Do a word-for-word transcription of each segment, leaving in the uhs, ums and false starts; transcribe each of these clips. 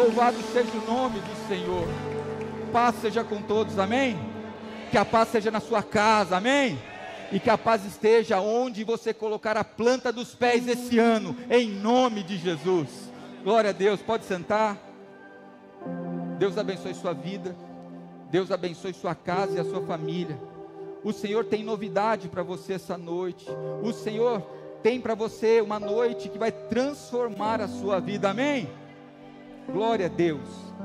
Louvado seja o nome do Senhor. Paz seja com todos, amém? Que a paz seja na sua casa, amém? E que a paz esteja onde você colocar a planta dos pés esse ano, em nome de Jesus. Glória a Deus, pode sentar. Deus abençoe sua vida, Deus abençoe sua casa e a sua família. O Senhor tem novidade para você essa noite. O Senhor tem para você uma noite que vai transformar a sua vida, amém? Glória a Deus.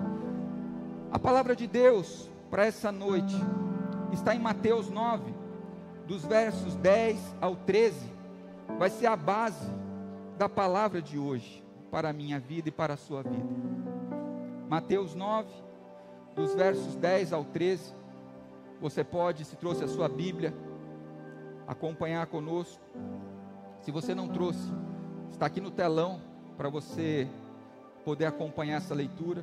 A palavra de Deus para essa noite está em Mateus nove, dos versos dez ao treze. Vai ser a base da palavra de hoje para a minha vida e para a sua vida. Mateus nove, dos versos dez ao treze. Você pode, se trouxe a sua Bíblia, acompanhar conosco. Se você não trouxe, está aqui no telão para você poder acompanhar essa leitura.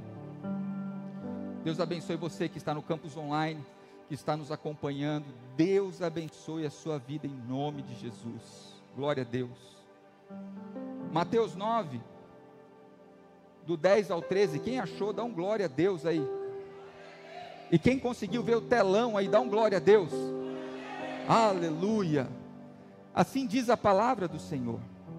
Deus abençoe você que está no campus online, que está nos acompanhando. Deus abençoe a sua vida em nome de Jesus. Glória a Deus. Mateus nove, do dez ao treze. Quem achou, dá um glória a Deus aí. E quem conseguiu ver o telão aí, dá um glória a Deus. Aleluia. Assim diz a palavra do Senhor.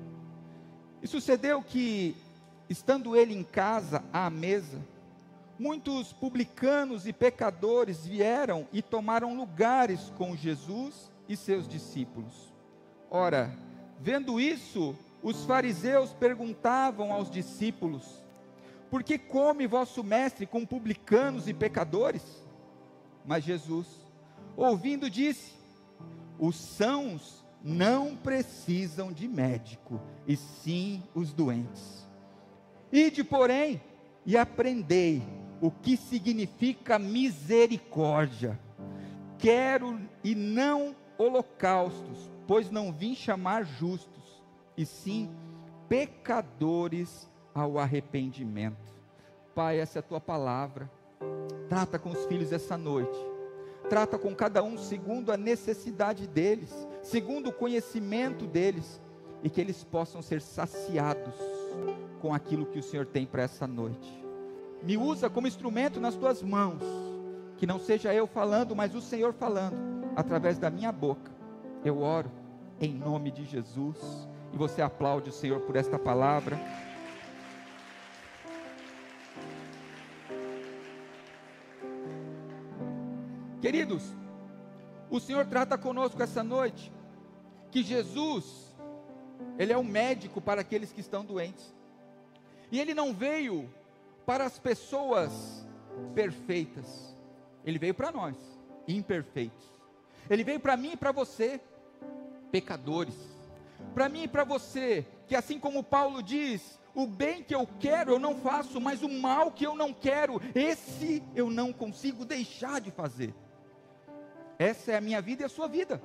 E sucedeu que, estando ele em casa à mesa, muitos publicanos e pecadores vieram e tomaram lugares com Jesus e seus discípulos. Ora, vendo isso, os fariseus perguntavam aos discípulos: por que come vosso mestre com publicanos e pecadores? Mas Jesus, ouvindo, disse: os sãos não precisam de médico, e sim os doentes. Ide, porém, e aprendei o que significa misericórdia. Quero e não holocaustos, pois não vim chamar justos, e sim pecadores ao arrependimento. Pai, essa é a tua palavra. Trata com os filhos essa noite. Trata com cada um segundo a necessidade deles, segundo o conhecimento deles, e que eles possam ser saciados com aquilo que o Senhor tem para essa noite. Me usa como instrumento nas tuas mãos, que não seja eu falando, mas o Senhor falando, através da minha boca. Eu oro em nome de Jesus, e você aplaude o Senhor por esta palavra. Queridos, o Senhor trata conosco essa noite, que Jesus, Ele é o médico para aqueles que estão doentes, e Ele não veio para as pessoas perfeitas, Ele veio para nós, imperfeitos. Ele veio para mim e para você, pecadores, para mim e para você, que assim como Paulo diz, o bem que eu quero eu não faço, mas o mal que eu não quero, esse eu não consigo deixar de fazer. Essa é a minha vida e a sua vida.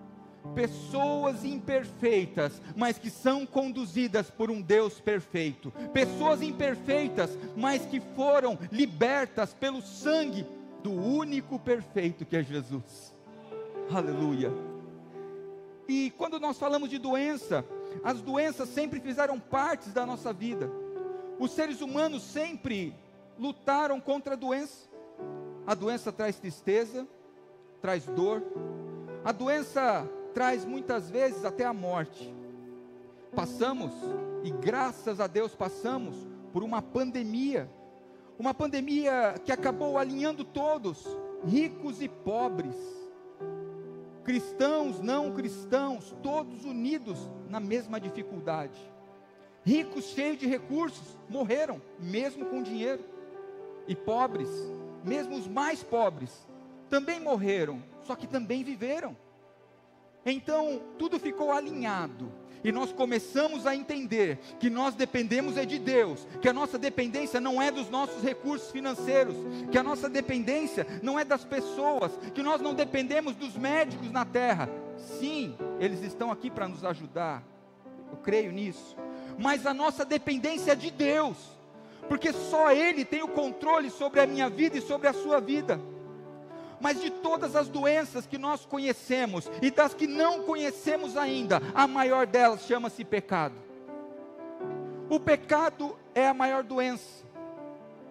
Pessoas imperfeitas, mas que são conduzidas por um Deus perfeito. Pessoas imperfeitas, mas que foram libertas pelo sangue do único perfeito que é Jesus. Aleluia. E quando nós falamos de doença, as doenças sempre fizeram parte da nossa vida. Os seres humanos sempre lutaram contra a doença. A doença traz tristeza, traz dor. A doença traz muitas vezes até a morte. Passamos, e graças a Deus passamos, por uma pandemia. Uma pandemia que acabou alinhando todos, ricos e pobres, cristãos, não cristãos, todos unidos na mesma dificuldade. Ricos cheios de recursos morreram, mesmo com dinheiro. E pobres, mesmo os mais pobres, também morreram, só que também viveram. Então, tudo ficou alinhado, e nós começamos a entender que nós dependemos é de Deus, que a nossa dependência não é dos nossos recursos financeiros, que a nossa dependência não é das pessoas, que nós não dependemos dos médicos na terra. Sim, eles estão aqui para nos ajudar, eu creio nisso, mas a nossa dependência é de Deus, porque só Ele tem o controle sobre a minha vida e sobre a sua vida. Mas de todas as doenças que nós conhecemos e das que não conhecemos ainda, a maior delas chama-se pecado. O pecado é a maior doença.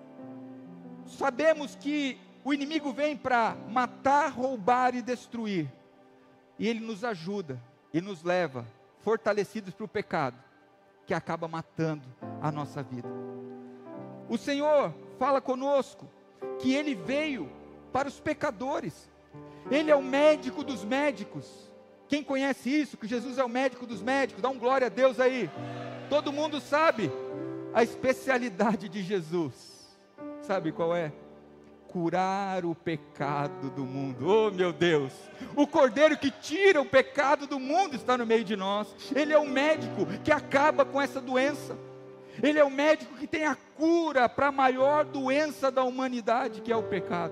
sabemos que o inimigo vem para matar, roubar e destruir, e ele nos ajuda e nos leva, fortalecidos para o pecado, que acaba matando a nossa vida. O Senhor fala conosco que Ele veio para os pecadores, Ele é o médico dos médicos. Quem conhece isso, que Jesus é o médico dos médicos, dá um glória a Deus aí. Todo mundo sabe a especialidade de Jesus, sabe qual é? Curar o pecado do mundo. Oh meu Deus, o Cordeiro que tira o pecado do mundo está no meio de nós. Ele é o médico que acaba com essa doença. Ele é o médico que tem a cura para a maior doença da humanidade, que é o pecado.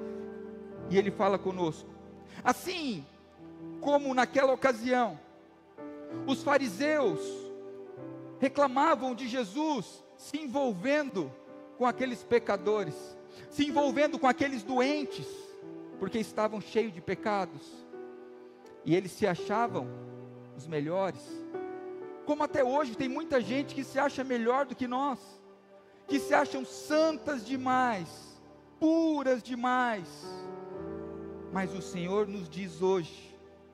E Ele fala conosco. Assim como naquela ocasião, os fariseus reclamavam de Jesus se envolvendo com aqueles pecadores, se envolvendo com aqueles doentes, porque estavam cheios de pecados, e eles se achavam os melhores, como até hoje tem muita gente que se acha melhor do que nós, que se acham santas demais, puras demais, mas o Senhor nos diz hoje,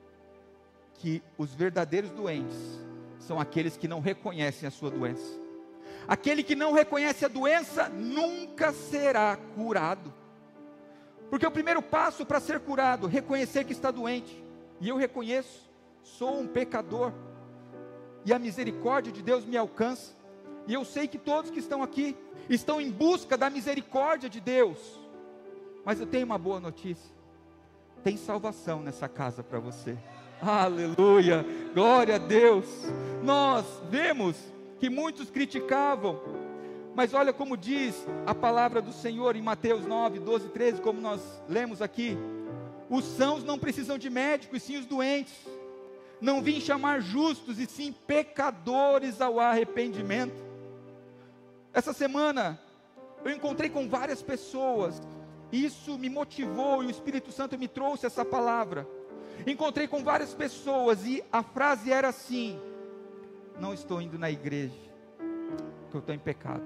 que os verdadeiros doentes, são aqueles que não reconhecem a sua doença. Aquele que não reconhece a doença, nunca será curado, porque o primeiro passo para ser curado, reconhecer que está doente, e eu reconheço, sou um pecador, e a misericórdia de Deus me alcança, e eu sei que todos que estão aqui, estão em busca da misericórdia de Deus, mas eu tenho uma boa notícia, tem salvação nessa casa para você. Aleluia, glória a Deus. Nós vemos que muitos criticavam, mas olha como diz a palavra do Senhor em Mateus nove, doze, treze, como nós lemos aqui: os sãos não precisam de médico, e sim os doentes. Não vim chamar justos, e sim pecadores ao arrependimento. Essa semana eu encontrei com várias pessoas, e isso me motivou, e o Espírito Santo me trouxe essa palavra. Encontrei com várias pessoas, e a frase era assim: não estou indo na igreja, porque eu estou em pecado.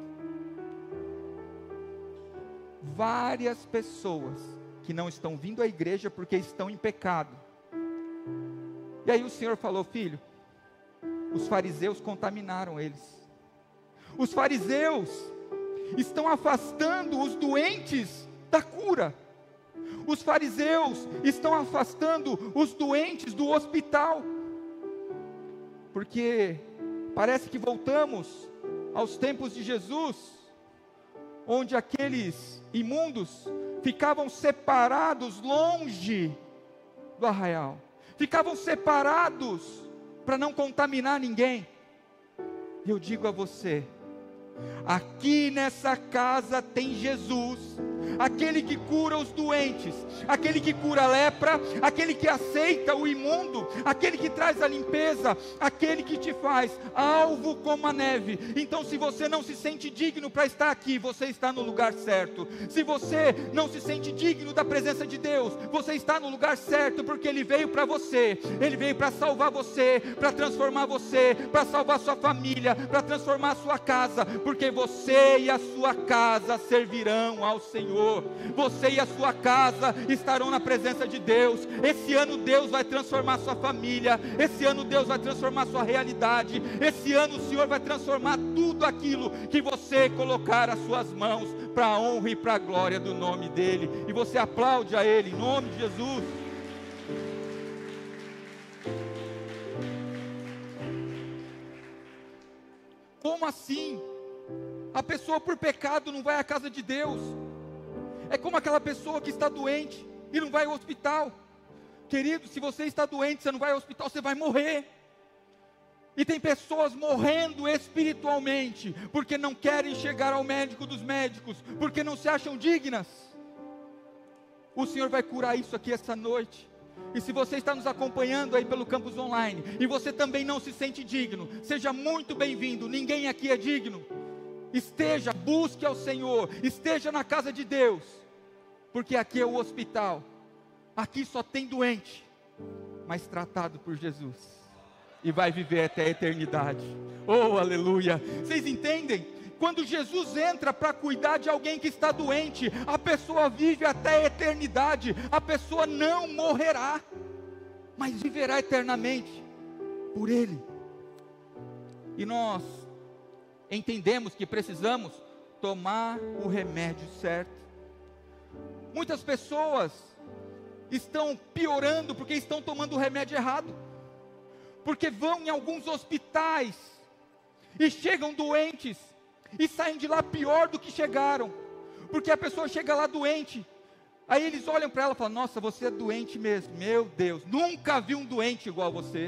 Várias pessoas que não estão vindo à igreja porque estão em pecado. E aí o Senhor falou: filho, os fariseus contaminaram eles. Os fariseus estão afastando os doentes da cura. Os fariseus estão afastando os doentes do hospital, porque parece que voltamos aos tempos de Jesus, onde aqueles imundos ficavam separados longe do arraial, ficavam separados para não contaminar ninguém. E eu digo a você, aqui nessa casa tem Jesus, aquele que cura os doentes, aquele que cura a lepra, aquele que aceita o imundo, aquele que traz a limpeza, aquele que te faz alvo como a neve. Então, se você não se sente digno para estar aqui, você está no lugar certo. Se você não se sente digno da presença de Deus, você está no lugar certo, porque Ele veio para você, Ele veio para salvar você, para transformar você, para salvar sua família, para transformar a sua casa, porque você e a sua casa servirão ao Senhor. Você e a sua casa estarão na presença de Deus. Esse ano Deus vai transformar sua família, esse ano Deus vai transformar sua realidade, esse ano o Senhor vai transformar tudo aquilo que você colocar as suas mãos, para a honra e para a glória do nome dEle. E você aplaude a Ele, em nome de Jesus. Como assim? A pessoa por pecado não vai à casa de Deus. É como aquela pessoa que está doente e não vai ao hospital. Querido, se você está doente, você não vai ao hospital, você vai morrer. E tem pessoas morrendo espiritualmente, porque não querem chegar ao médico dos médicos, porque não se acham dignas. O Senhor vai curar isso aqui essa noite. E se você está nos acompanhando aí pelo campus online, e você também não se sente digno, seja muito bem-vindo. Ninguém aqui é digno. Esteja, busque ao Senhor, esteja na casa de Deus, porque aqui é o hospital, aqui só tem doente, mas tratado por Jesus, e vai viver até a eternidade. Oh, aleluia! Vocês entendem quando Jesus entra para cuidar de alguém que está doente, a pessoa vive até a eternidade, a pessoa não morrerá, mas viverá eternamente por Ele. E nós entendemos que precisamos tomar o remédio certo. Muitas pessoas estão piorando porque estão tomando o remédio errado, porque vão em alguns hospitais e chegam doentes e saem de lá pior do que chegaram, porque a pessoa chega lá doente, aí eles olham para ela e falam: nossa, você é doente mesmo, meu Deus, nunca vi um doente igual você.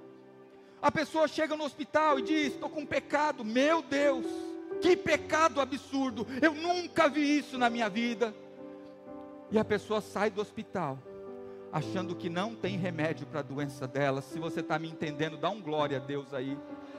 A pessoa chega no hospital e diz: estou com um pecado, meu Deus, que pecado absurdo, eu nunca vi isso na minha vida. E a pessoa sai do hospital achando que não tem remédio para a doença dela. Se você está me entendendo, dá um glória a Deus aí.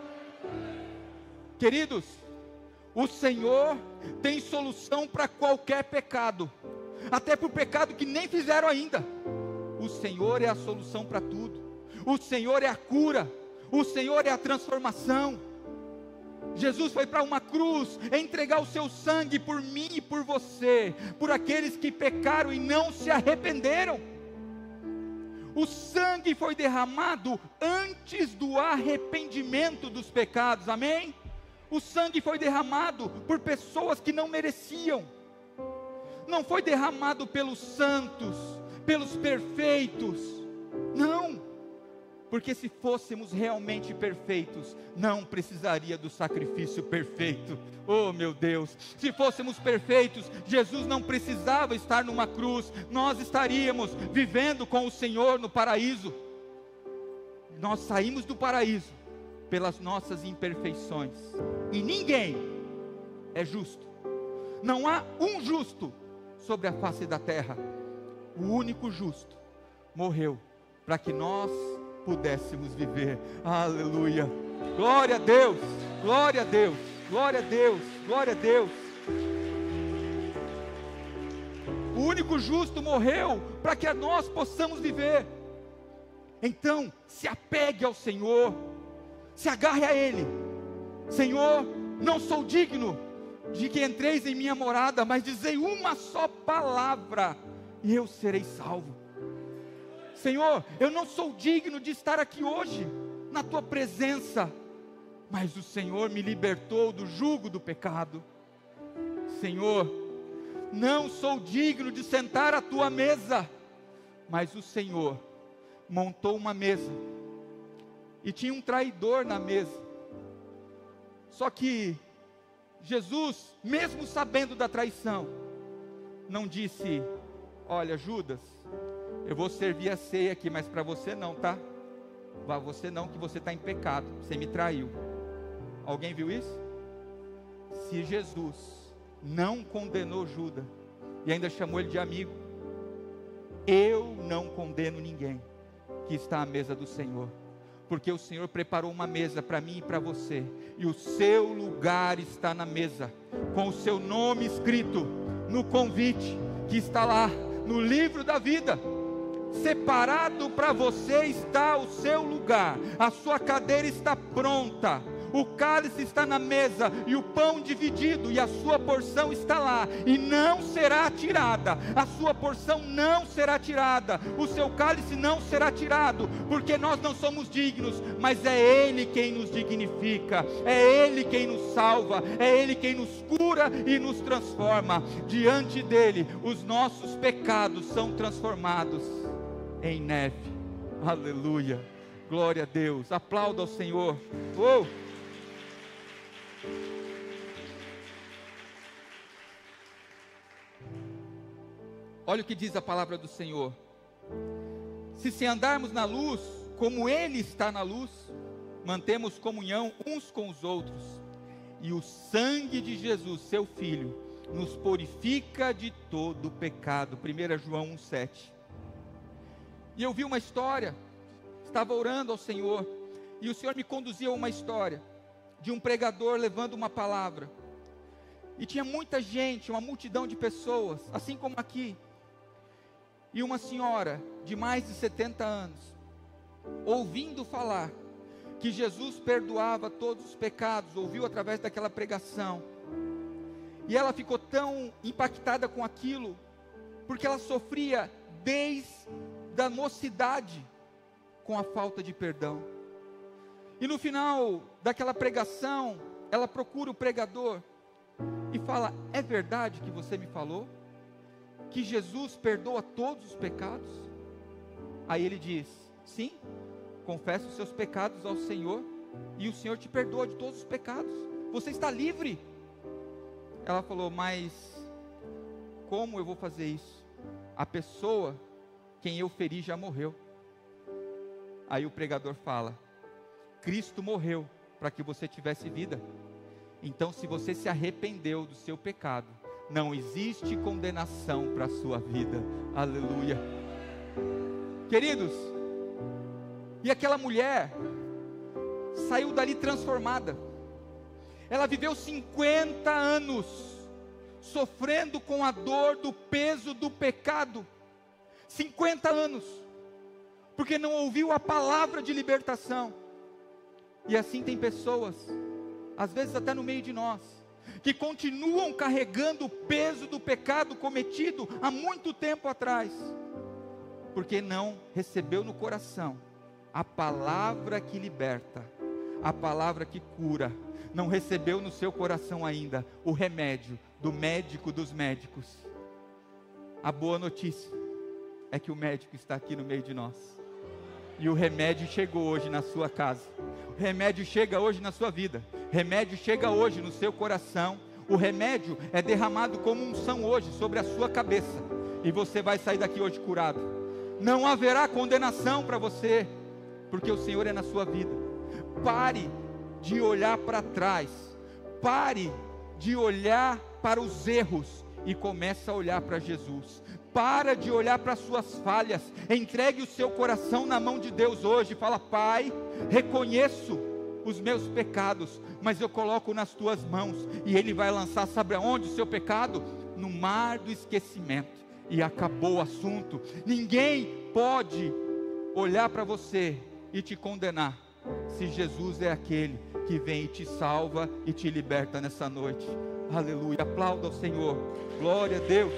Queridos, o Senhor tem solução para qualquer pecado, até para o pecado que nem fizeram ainda. O Senhor é a solução para tudo. O Senhor é a cura. O Senhor é a transformação. Jesus foi para uma cruz entregar o seu sangue por mim e por você, por aqueles que pecaram e não se arrependeram. O sangue foi derramado antes do arrependimento dos pecados, amém? O sangue foi derramado por pessoas que não mereciam. Não foi derramado pelos santos, pelos perfeitos, não. Porque se fôssemos realmente perfeitos, não precisaria do sacrifício perfeito. Oh meu Deus, se fôssemos perfeitos, Jesus não precisava estar numa cruz, nós estaríamos vivendo com o Senhor no paraíso. Nós saímos do paraíso pelas nossas imperfeições, e ninguém é justo. Não há um justo sobre a face da terra. O único justo morreu para que nós pudéssemos viver. Aleluia, glória a Deus, glória a Deus, glória a Deus, glória a Deus. O único justo morreu para que nós possamos viver. Então, se apegue ao Senhor, se agarre a Ele. Senhor, não sou digno de que entreis em minha morada, mas dizei uma só palavra e eu serei salvo. Senhor, eu não sou digno de estar aqui hoje, na tua presença, mas o Senhor me libertou do jugo do pecado. Senhor, não sou digno de sentar à tua mesa, mas o Senhor montou uma mesa, e tinha um traidor na mesa. Só que Jesus, mesmo sabendo da traição, não disse: olha, Judas, eu vou servir a ceia aqui, mas para você não, tá? Para você não, que você está em pecado, você me traiu. Alguém viu isso? Se Jesus não condenou Judas, e ainda chamou ele de amigo, eu não condeno ninguém que está à mesa do Senhor, porque o Senhor preparou uma mesa para mim e para você, e o seu lugar está na mesa, com o seu nome escrito no convite, que está lá, no livro da vida. Separado para você está o seu lugar, a sua cadeira está pronta, o cálice está na mesa, e o pão dividido, e a sua porção está lá, e não será tirada, a sua porção não será tirada, o seu cálice não será tirado, porque nós não somos dignos, mas é Ele quem nos dignifica, é Ele quem nos salva, é Ele quem nos cura e nos transforma. Diante dEle, os nossos pecados são transformados em neve. Aleluia, glória a Deus, aplauda ao Senhor. Oh! Olha o que diz a palavra do Senhor: se se andarmos na luz, como Ele está na luz, mantemos comunhão uns com os outros, e o sangue de Jesus, seu Filho, nos purifica de todo pecado. primeira João um, sete. E eu vi uma história, estava orando ao Senhor, e o Senhor me conduziu a uma história, de um pregador levando uma palavra, e tinha muita gente, uma multidão de pessoas, assim como aqui, e uma senhora, de mais de setenta anos, ouvindo falar, que Jesus perdoava todos os pecados, ouviu através daquela pregação, E ela ficou tão impactada com aquilo, porque ela sofria desde a mocidade com a falta de perdão. E no final daquela pregação, ela procura o pregador e fala: é verdade que você me falou? Que Jesus perdoa todos os pecados? Aí ele diz: sim, confessa os seus pecados ao Senhor, e o Senhor te perdoa de todos os pecados, você está livre. Ela falou: mas como eu vou fazer isso? A pessoa quem eu feri já morreu. Aí o pregador fala: Cristo morreu para que você tivesse vida. Então, se você se arrependeu do seu pecado, não existe condenação para a sua vida. Aleluia. Queridos, e aquela mulher saiu dali transformada. Ela viveu cinquenta anos sofrendo com a dor do peso do pecado. cinquenta anos, porque não ouviu a palavra de libertação. E assim tem pessoas, às vezes até no meio de nós, que continuam carregando o peso do pecado cometido há muito tempo atrás, porque não recebeu no coração a palavra que liberta, a palavra que cura. Não recebeu no seu coração ainda o remédio do médico dos médicos. A boa notícia é que o médico está aqui no meio de nós, e o remédio chegou hoje na sua casa, o remédio chega hoje na sua vida, o remédio chega hoje no seu coração, o remédio é derramado como unção hoje sobre a sua cabeça, e você vai sair daqui hoje curado. Não haverá condenação para você, porque o Senhor é na sua vida. Pare de olhar para trás, pare de olhar para os erros e comece a olhar para Jesus. Para de olhar para as suas falhas, entregue o seu coração na mão de Deus hoje, fala: Pai, reconheço os meus pecados, mas eu coloco nas tuas mãos, e Ele vai lançar, sabe aonde o seu pecado? No mar do esquecimento, e acabou o assunto. Ninguém pode olhar para você e te condenar, se Jesus é aquele que vem e te salva e te liberta nessa noite. Aleluia, aplauda ao Senhor, glória a Deus.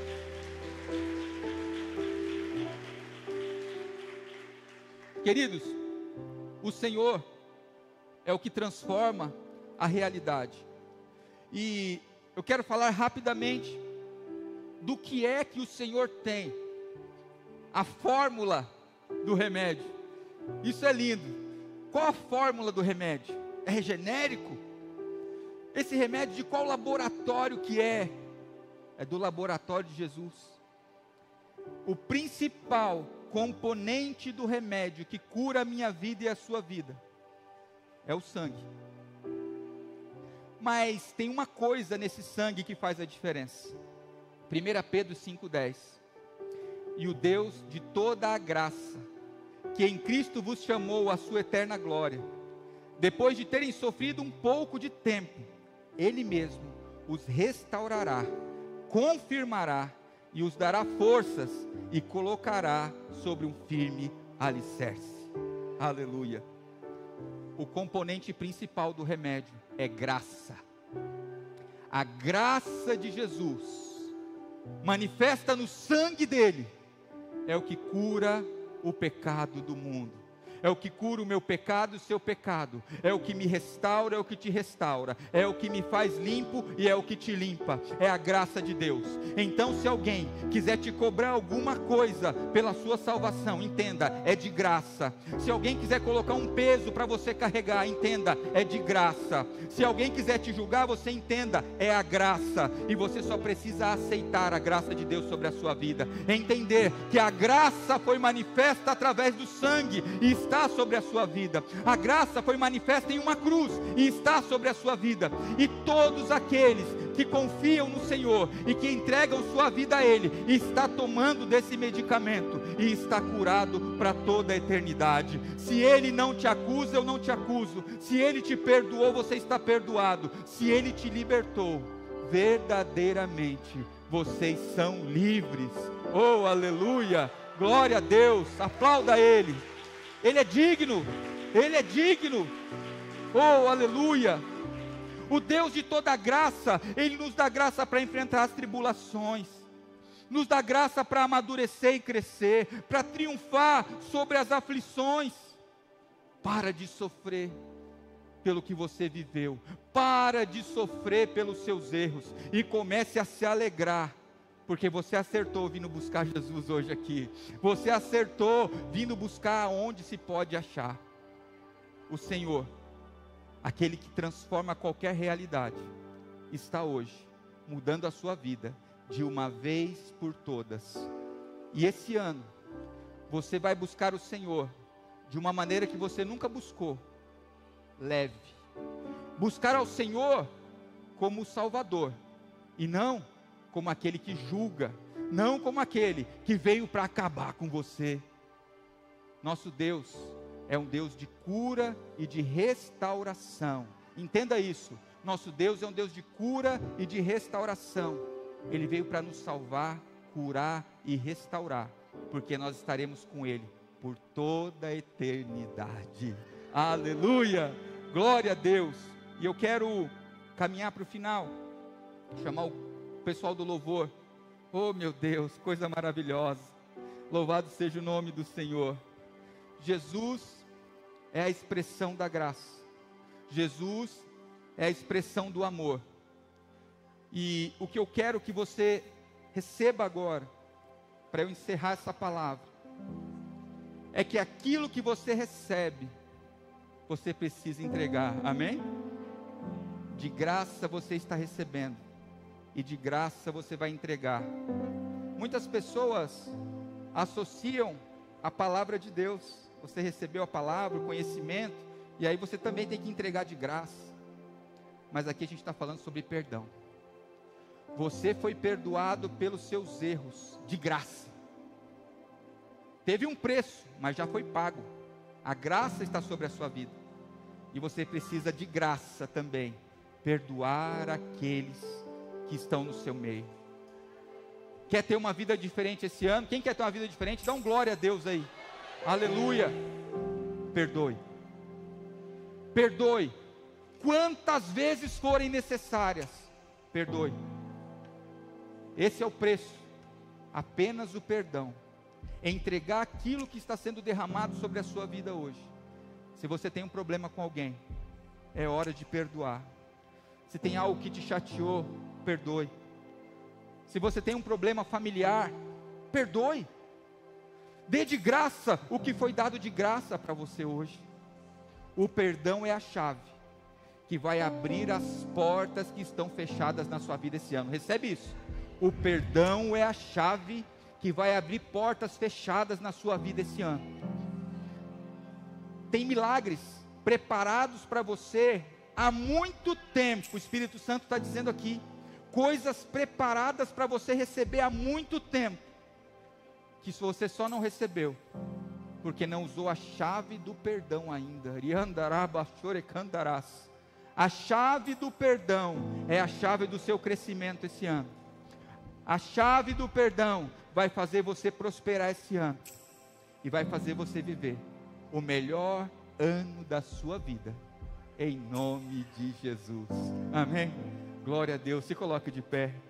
Queridos, o Senhor é o que transforma a realidade, e eu quero falar rapidamente do que é que o Senhor tem, a fórmula do remédio. Isso é lindo. Qual a fórmula do remédio? É genérico? Esse remédio de qual laboratório que é? É do laboratório de Jesus. O principal componente do remédio que cura a minha vida e a sua vida é o sangue. Mas tem uma coisa nesse sangue que faz a diferença. primeira Pedro cinco dez: e o Deus de toda a graça, que em Cristo vos chamou à sua eterna glória, depois de terem sofrido um pouco de tempo, Ele mesmo os restaurará, confirmará e os dará forças, e colocará sobre um firme alicerce. Aleluia. O componente principal do remédio é graça. A graça de Jesus, manifesta no sangue dele, é o que cura o pecado do mundo. É o que cura o meu pecado e o seu pecado. É o que me restaura, é o que te restaura. É o que me faz limpo e é o que te limpa. É a graça de Deus. Então, se alguém quiser te cobrar alguma coisa pela sua salvação, entenda, é de graça. Se alguém quiser colocar um peso para você carregar, entenda, é de graça. Se alguém quiser te julgar, você entenda, é a graça. E você só precisa aceitar a graça de Deus sobre a sua vida. Entender que a graça foi manifesta através do sangue e está sobre a sua vida. A graça foi manifesta em uma cruz e está sobre a sua vida. E todos aqueles que confiam no Senhor e que entregam sua vida a Ele, está tomando desse medicamento e está curado para toda a eternidade. Se Ele não te acusa, eu não te acuso. Se Ele te perdoou, você está perdoado. Se Ele te libertou, verdadeiramente vocês são livres. Oh, aleluia, glória a Deus, aplauda Ele. Ele é digno, Ele é digno. Oh, aleluia. O Deus de toda graça, Ele nos dá graça para enfrentar as tribulações, nos dá graça para amadurecer e crescer, para triunfar sobre as aflições. Para de sofrer pelo que você viveu, para de sofrer pelos seus erros e comece a se alegrar, porque você acertou vindo buscar Jesus hoje aqui, você acertou vindo buscar onde se pode achar. O Senhor, aquele que transforma qualquer realidade, está hoje mudando a sua vida de uma vez por todas. E esse ano você vai buscar o Senhor de uma maneira que você nunca buscou, leve. Buscar ao Senhor como o Salvador, e não como aquele que julga, não como aquele que veio para acabar com você. Nosso Deus é um Deus de cura e de restauração. Entenda isso. Nosso Deus é um Deus de cura e de restauração. Ele veio para nos salvar, curar e restaurar, porque nós estaremos com Ele por toda a eternidade. Aleluia! Glória a Deus. E eu quero caminhar para o final, chamar o pessoal do louvor. Oh meu Deus, coisa maravilhosa. Louvado seja o nome do Senhor. Jesus é a expressão da graça. Jesus é a expressão do amor. E o que eu quero que você receba agora, para eu encerrar essa palavra, é que aquilo que você recebe, você precisa entregar. Amém? De graça você está recebendo, e de graça você vai entregar. Muitas pessoas associam a palavra de Deus. Você recebeu a palavra, o conhecimento, e aí você também tem que entregar de graça. Mas aqui a gente está falando sobre perdão. Você foi perdoado pelos seus erros, de graça. Teve um preço, mas já foi pago. A graça está sobre a sua vida. E você precisa de graça também perdoar aqueles que estão no seu meio. Quer ter uma vida diferente esse ano? Quem quer ter uma vida diferente? Dá um glória a Deus aí. Aleluia. Perdoe. Perdoe. Quantas vezes forem necessárias. Perdoe. Esse é o preço. Apenas o perdão. Entregar aquilo que está sendo derramado sobre a sua vida hoje. Se você tem um problema com alguém, é hora de perdoar. Se tem algo que te chateou, perdoe. Se você tem um problema familiar, perdoe. Dê de graça o que foi dado de graça para você hoje. O perdão é a chave que vai abrir as portas que estão fechadas na sua vida esse ano. Recebe isso. O perdão é a chave que vai abrir portas fechadas na sua vida esse ano. Tem milagres preparados para você há muito tempo. O Espírito Santo está dizendo aqui, coisas preparadas para você receber há muito tempo, que você só não recebeu, porque não usou a chave do perdão ainda. A chave do perdão é a chave do seu crescimento esse ano. A chave do perdão vai fazer você prosperar esse ano, e vai fazer você viver o melhor ano da sua vida, em nome de Jesus. Amém? Glória a Deus. Se coloque de pé.